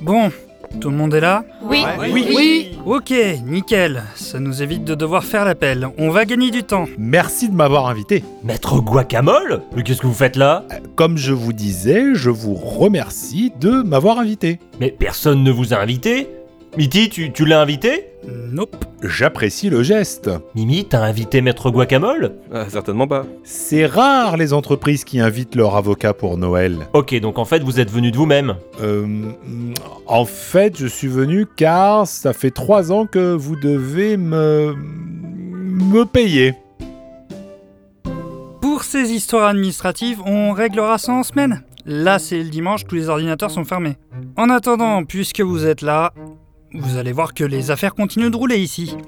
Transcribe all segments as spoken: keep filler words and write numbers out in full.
Bon, tout le monde est là ? Oui. Ouais. Oui. Oui. Ok, nickel. Ça nous évite de devoir faire l'appel. On va gagner du temps. Merci de m'avoir invité. Maître Guacamole ? Mais qu'est-ce que vous faites là ? Comme je vous disais, je vous remercie de m'avoir invité. Mais personne ne vous a invité ? Mitty, tu, tu l'as invité ? Nope. J'apprécie le geste. Mimi, t'as invité Maître Guacamole ? Ah, certainement pas. C'est rare les entreprises qui invitent leur avocat pour Noël. Ok, donc en fait vous êtes venu de vous-même. Euh, en fait, je suis venu car ça fait trois ans que vous devez me... me payer. Pour ces histoires administratives, on réglera ça en semaine. Là, c'est le dimanche, tous les ordinateurs sont fermés. En attendant, puisque vous êtes là, vous allez voir que les affaires continuent de rouler ici.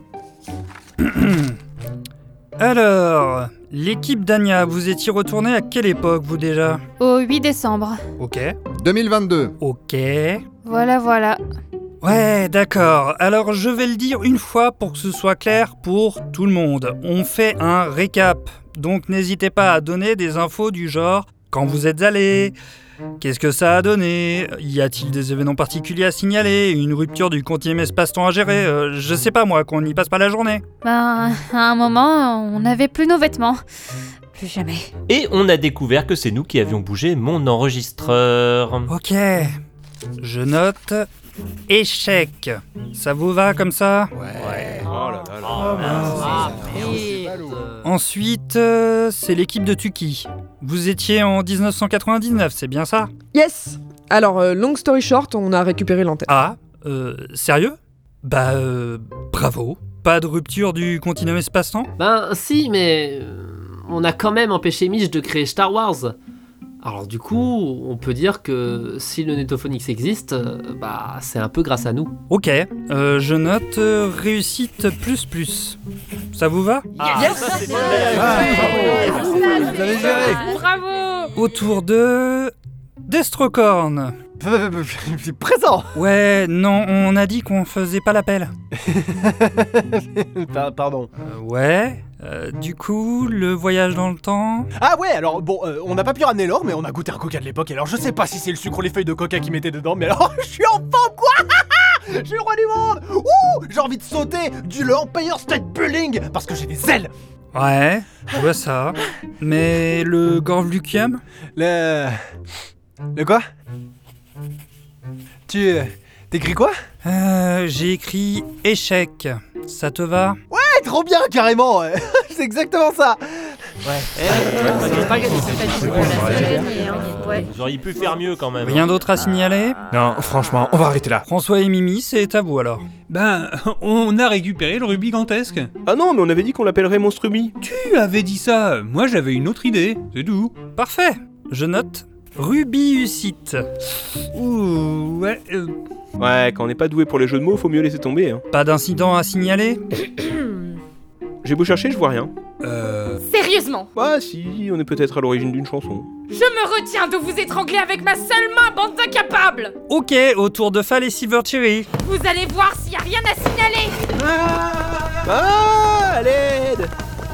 Alors, l'équipe d'Anya, vous étiez retourné à quelle époque, vous déjà ? Au huit décembre. Ok. deux mille vingt-deux. Ok. Voilà, voilà. Ouais, d'accord. Alors, je vais le dire une fois pour que ce soit clair pour tout le monde. On fait un récap. Donc, n'hésitez pas à donner des infos du genre « Quand vous êtes allés ? Qu'est-ce que ça a donné ? Y a-t-il des événements particuliers à signaler ? Une rupture du continuum espace-temps à gérer ? euh, Je sais pas moi, qu'on n'y passe pas la journée. Ben, à un moment, on n'avait plus nos vêtements. Plus jamais. Et on a découvert que c'est nous qui avions bougé mon enregistreur. Ok. Je note « Échec ». Ça vous va comme ça ? Ouais. Oh là là là. Ensuite, euh, c'est l'équipe de Tuki. Vous étiez en dix-neuf cent quatre-vingt-dix-neuf, c'est bien ça ? Yes. Alors, euh, long story short, on a récupéré l'antenne. Ah, euh, sérieux ? Bah, euh, bravo. Pas de rupture du continuum espace-temps ? Ben si, mais euh, on a quand même empêché Mitch de créer Star Wars. Alors du coup, on peut dire que si le Netophonix existe, euh, bah c'est un peu grâce à nous. Ok, euh, je note euh, réussite plus plus. Ça vous va ? Yes, Vous avez géré. Bravo. Autour de... Destrocorn. Présent. Ouais, non, on a dit qu'on faisait pas l'appel. Par- Pardon. Euh, ouais, euh, du coup, le voyage dans le temps... Ah ouais, alors bon, euh, on n'a pas pu ramener l'or, mais on a goûté un coca de l'époque. Alors je sais pas si c'est le sucre ou les feuilles de coca qui mettaient dedans, mais alors je suis en forme quoi. Je suis le roi du monde. Ouh, j'ai envie de sauter du Empire State Building parce que j'ai des ailes. Ouais, je vois ça. Mais le Gorvlucium ? Le... Le quoi? Tu... euh, T'écris quoi? Euh, j'ai écrit échec. Ça te va ? Ouais, trop bien, carrément. ouais. C'est exactement ça. Vous auriez pu faire mieux quand même. Rien d'autre à signaler ? Non, franchement, on va arrêter là. François et Mimi, c'est à vous alors. Ben, on a récupéré le rubis gigantesque. Ah non, mais on avait dit qu'on l'appellerait Monstre Rubis. Tu avais dit ça, moi j'avais une autre idée, c'est tout. Parfait. Je note Rubiucite. Ouh, ouais, euh, Ouais, quand on n'est pas doué pour les jeux de mots, faut mieux laisser tomber. Hein. Pas d'incident à signaler ? J'ai beau chercher, je vois rien. euh... Sérieusement, Ah si, on est peut-être à l'origine d'une chanson. je me retiens de vous étrangler avec ma seule main, bande d'incapables. Ok, autour de Fall et Silvercherry. Vous allez voir s'il y a rien à signaler. Ah, à l'aide.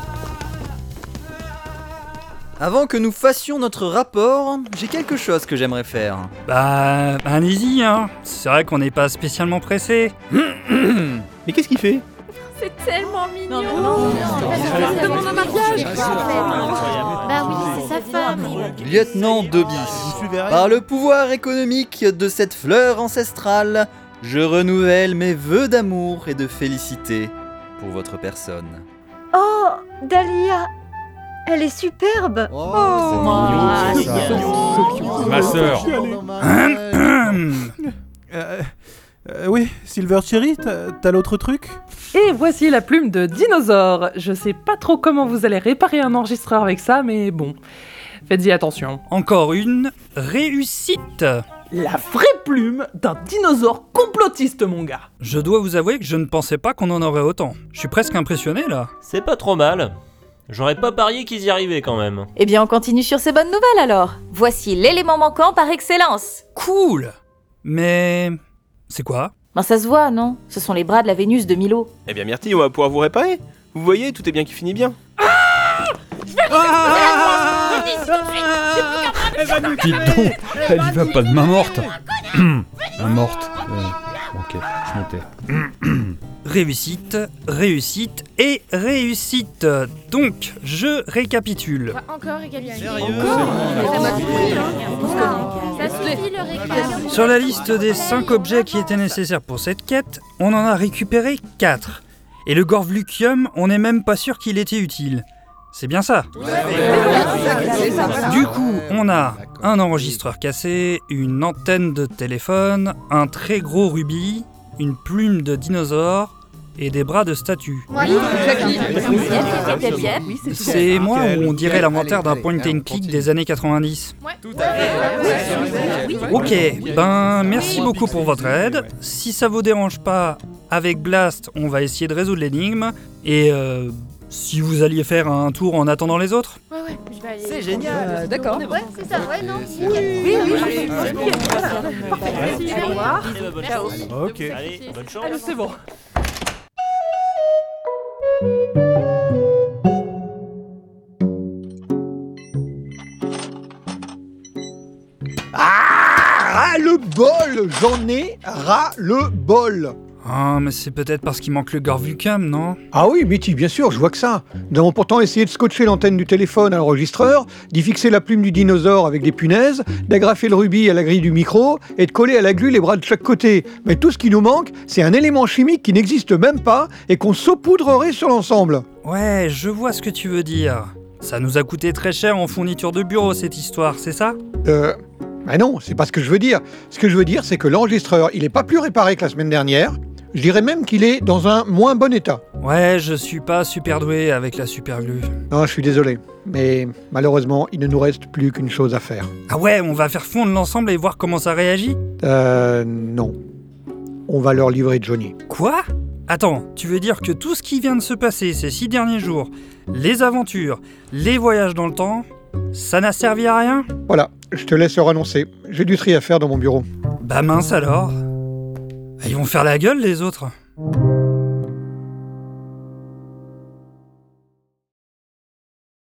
Avant que nous fassions notre rapport, j'ai quelque chose que j'aimerais faire. Bah, allez-y, hein. C'est vrai qu'on n'est pas spécialement pressé. Mais qu'est-ce qu'il fait? C'est tellement mignon. Demande un mariage. Bah oui, c'est sa femme. Lieutenant Dobby, par le pouvoir économique de cette fleur ancestrale, je renouvelle mes vœux d'amour et de félicité pour votre personne. Oh, Dahlia, elle est superbe. Ma sœur. Euh, euh, oui, Silvercherry, t'as, t'as l'autre truc? Et voici la plume de dinosaure. Je sais pas trop comment vous allez réparer un enregistreur avec ça, mais bon, faites-y attention. Encore une réussite. La vraie plume d'un dinosaure complotiste, mon gars. Je dois vous avouer que je ne pensais pas qu'on en aurait autant. Je suis presque impressionné là. C'est pas trop mal. J'aurais pas parié qu'ils y arrivaient quand même. Eh bien, on continue sur ces bonnes nouvelles alors. Voici l'élément manquant par excellence. Cool. Mais... c'est quoi ? Ben ça se voit, non? Ce sont les bras de la Vénus de Milo. Eh bien Myrtille, on va pouvoir vous réparer. Vous voyez, tout est bien qui finit bien. Dites donc, elle y va pas de main morte. Main morte. Euh, ok, je notais. Réussite, réussite et réussite. Donc, je récapitule. Encore récapituler. Ça suffit le récap. Sur la liste des cinq objets qui étaient nécessaires pour cette quête, on en a récupéré quatre. Et le Gorvlucium, on n'est même pas sûr qu'il était utile. C'est bien ça. Du coup, on a un enregistreur cassé, une antenne de téléphone, un très gros rubis, une plume de dinosaure et des bras de statue. C'est moi ou on dirait l'inventaire d'un point and click des années quatre-vingt-dix. Ok, ben merci beaucoup pour votre aide. Si ça vous dérange pas, avec Blast, on va essayer de résoudre l'énigme. Et euh, si vous alliez faire un tour en attendant les autres. Ouais, ouais, je vais aller. C'est génial. Euh, D'accord. Ouais, c'est ça, ouais, non. Oui, oui, oui. Merci, au revoir. Ok. Allez, bonne chance. Allez, c'est bon. Ah, ras le bol. J'en ai ras le bol. Ah, mais c'est peut-être parce qu'il manque le Gorvlucium, non? Ah oui, Mitty, bien sûr, je vois que ça. Nous avons pourtant essayé de scotcher l'antenne du téléphone à l'enregistreur, d'y fixer la plume du dinosaure avec des punaises, d'agrafer le rubis à la grille du micro et de coller à la glu les bras de chaque côté. Mais tout ce qui nous manque, c'est un élément chimique qui n'existe même pas et qu'on saupoudrerait sur l'ensemble. Ouais, je vois ce que tu veux dire. Ça nous a coûté très cher en fourniture de bureau, cette histoire, c'est ça? Euh... Bah non, c'est pas ce que je veux dire. Ce que je veux dire, c'est que l'enregistreur, il est pas plus réparé que la semaine dernière. Je dirais même qu'il est dans un moins bon état. Ouais, je suis pas super doué avec la superglue. Non, je suis désolé. Mais malheureusement, il ne nous reste plus qu'une chose à faire. Ah ouais, on va faire fondre l'ensemble et voir comment ça réagit? Euh... non. On va leur livrer Johnny. Quoi? Attends, tu veux dire que tout ce qui vient de se passer ces six derniers jours, les aventures, les voyages dans le temps, ça n'a servi à rien? Voilà, je te laisse leur annoncer. J'ai du tri à faire dans mon bureau. Bah mince alors. Ils vont faire la gueule les autres.